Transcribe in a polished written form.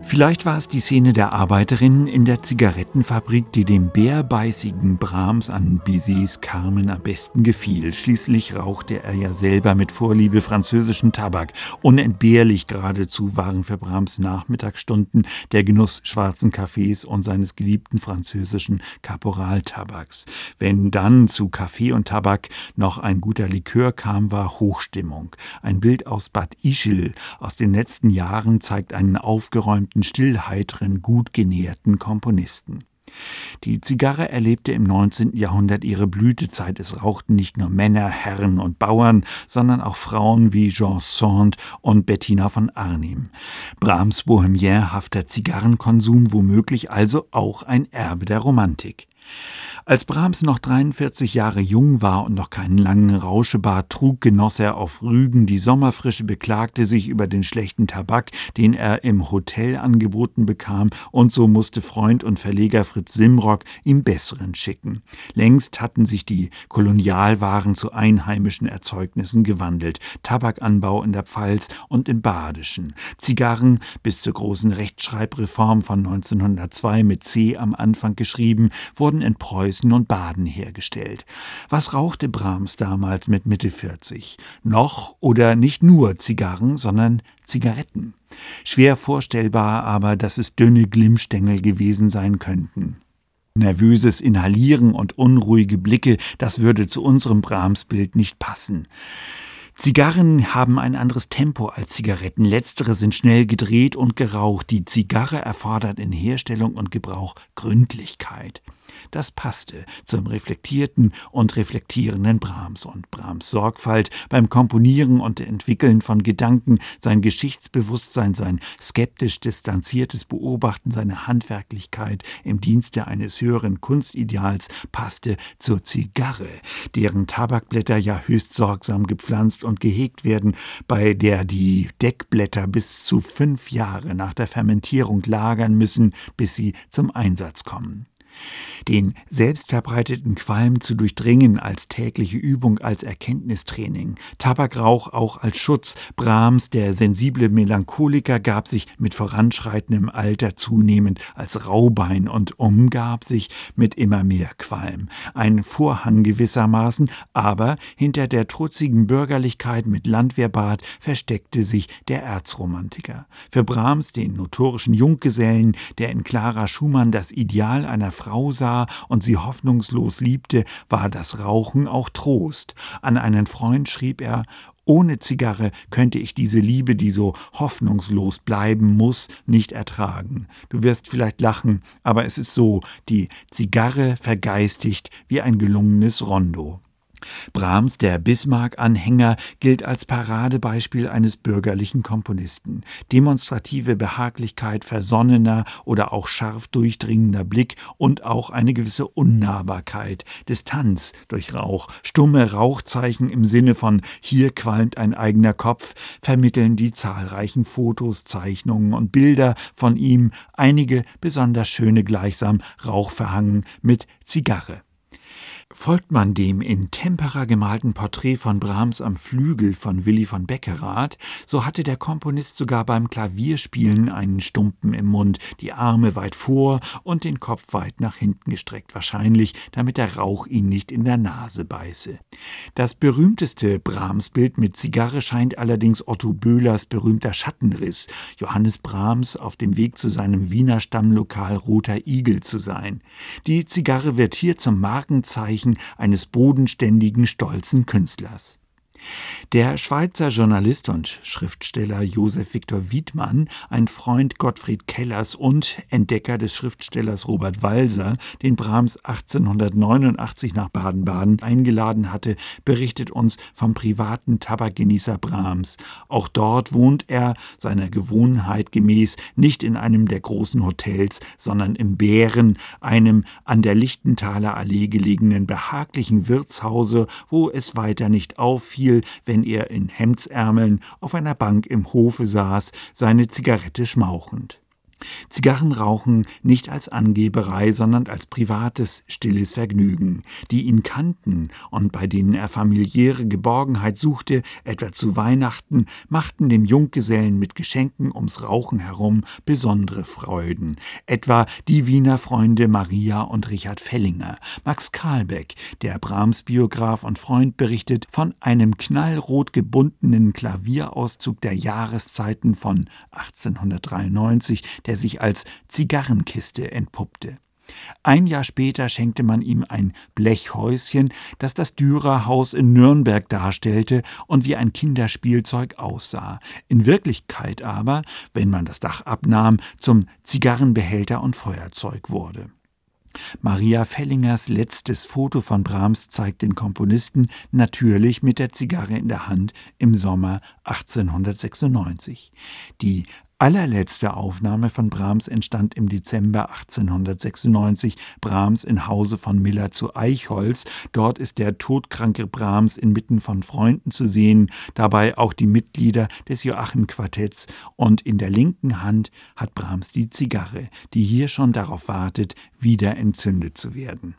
Vielleicht war es die Szene der Arbeiterin in der Zigarettenfabrik, die dem bärbeißigen Brahms an Bizets Carmen am besten gefiel. Schließlich rauchte er ja selber mit Vorliebe französischen Tabak. Unentbehrlich geradezu waren für Brahms Nachmittagsstunden der Genuss schwarzen Kaffees und seines geliebten französischen Caporal-Tabaks. Wenn dann zu Kaffee und Tabak noch ein guter Likör kam, war Hochstimmung. Ein Bild aus Bad Ischl aus den letzten Jahren zeigt einen aufgeräumten, stillheiteren, gut genährten Komponisten. Die Zigarre erlebte im 19. Jahrhundert ihre Blütezeit. Es rauchten nicht nur Männer, Herren und Bauern, sondern auch Frauen wie Jean Sand und Bettina von Arnim. Brahms bohemienhafter Zigarrenkonsum womöglich also auch ein Erbe der Romantik. Als Brahms noch 43 Jahre jung war und noch keinen langen Rauschebart trug, genoss er auf Rügen die Sommerfrische, beklagte sich über den schlechten Tabak, den er im Hotel angeboten bekam, und so musste Freund und Verleger Fritz Simrock ihm besseren schicken. Längst hatten sich die Kolonialwaren zu einheimischen Erzeugnissen gewandelt. Tabakanbau in der Pfalz und im Badischen. Zigarren, bis zur großen Rechtschreibreform von 1902 mit C am Anfang geschrieben, wurden in Preußen und Baden hergestellt. Was rauchte Brahms damals mit Mitte 40? Noch oder nicht nur Zigarren, sondern Zigaretten. Schwer vorstellbar aber, dass es dünne Glimmstängel gewesen sein könnten. Nervöses Inhalieren und unruhige Blicke, das würde zu unserem Brahms-Bild nicht passen. Zigarren haben ein anderes Tempo als Zigaretten. Letztere sind schnell gedreht und geraucht. Die Zigarre erfordert in Herstellung und Gebrauch Gründlichkeit. Das passte zum reflektierten und reflektierenden Brahms. Und Brahms Sorgfalt beim Komponieren und Entwickeln von Gedanken, sein Geschichtsbewusstsein, sein skeptisch distanziertes Beobachten, seine Handwerklichkeit im Dienste eines höheren Kunstideals passte zur Zigarre, deren Tabakblätter ja höchst sorgsam gepflanzt und gehegt werden, bei der die Deckblätter bis zu 5 Jahre nach der Fermentierung lagern müssen, bis sie zum Einsatz kommen. Den selbstverbreiteten Qualm zu durchdringen als tägliche Übung, als Erkenntnistraining. Tabakrauch auch als Schutz. Brahms, der sensible Melancholiker, gab sich mit voranschreitendem Alter zunehmend als Raubein und umgab sich mit immer mehr Qualm. Ein Vorhang gewissermaßen, aber hinter der trutzigen Bürgerlichkeit mit Landwehrbart versteckte sich der Erzromantiker. Für Brahms, den notorischen Junggesellen, der in Clara Schumann das Ideal einer Frau sah und sie hoffnungslos liebte, war das Rauchen auch Trost. An einen Freund schrieb er: Ohne Zigarre könnte ich diese Liebe, die so hoffnungslos bleiben muss, nicht ertragen. Du wirst vielleicht lachen, aber es ist so, die Zigarre vergeistigt wie ein gelungenes Rondo. Brahms, der Bismarck-Anhänger, gilt als Paradebeispiel eines bürgerlichen Komponisten. Demonstrative Behaglichkeit, versonnener oder auch scharf durchdringender Blick und auch eine gewisse Unnahbarkeit, Distanz durch Rauch, stumme Rauchzeichen im Sinne von »hier qualmt ein eigener Kopf« vermitteln die zahlreichen Fotos, Zeichnungen und Bilder von ihm, einige besonders schöne gleichsam rauchverhangen mit Zigarre. Folgt man dem in Tempera gemalten Porträt von Brahms am Flügel von Willy von Beckerath, so hatte der Komponist sogar beim Klavierspielen einen Stumpen im Mund, die Arme weit vor und den Kopf weit nach hinten gestreckt, wahrscheinlich, damit der Rauch ihn nicht in der Nase beiße. Das berühmteste Brahms-Bild mit Zigarre scheint allerdings Otto Böhlers berühmter Schattenriss, Johannes Brahms auf dem Weg zu seinem Wiener Stammlokal Roter Igel zu sein. Die Zigarre wird hier zum Markenzeichen eines bodenständigen, stolzen Künstlers. Der Schweizer Journalist und Schriftsteller Josef Viktor Wiedmann, ein Freund Gottfried Kellers und Entdecker des Schriftstellers Robert Walser, den Brahms 1889 nach Baden-Baden eingeladen hatte, berichtet uns vom privaten Tabakgenießer Brahms. Auch dort wohnt er, seiner Gewohnheit gemäß, nicht in einem der großen Hotels, sondern im Bären, einem an der Lichtenthaler Allee gelegenen behaglichen Wirtshause, wo es weiter nicht auffiel, wenn er in Hemdsärmeln auf einer Bank im Hofe saß, seine Zigarette schmauchend. Zigarrenrauchen nicht als Angeberei, sondern als privates, stilles Vergnügen. Die ihn kannten und bei denen er familiäre Geborgenheit suchte, etwa zu Weihnachten, machten dem Junggesellen mit Geschenken ums Rauchen herum besondere Freuden. Etwa die Wiener Freunde Maria und Richard Fellinger. Max Kahlbeck, der Brahms-Biograf und Freund, berichtet von einem knallrot gebundenen Klavierauszug der Jahreszeiten von 1893, der sich als Zigarrenkiste entpuppte. Ein Jahr später schenkte man ihm ein Blechhäuschen, das das Dürerhaus in Nürnberg darstellte und wie ein Kinderspielzeug aussah. In Wirklichkeit aber, wenn man das Dach abnahm, zum Zigarrenbehälter und Feuerzeug wurde. Maria Fellingers letztes Foto von Brahms zeigt den Komponisten natürlich mit der Zigarre in der Hand im Sommer 1896. Die allerletzte Aufnahme von Brahms entstand im Dezember 1896, Brahms in Hause von Miller zu Eichholz. Dort ist der todkranke Brahms inmitten von Freunden zu sehen, dabei auch die Mitglieder des Joachim-Quartetts, und in der linken Hand hat Brahms die Zigarre, die hier schon darauf wartet, wieder entzündet zu werden.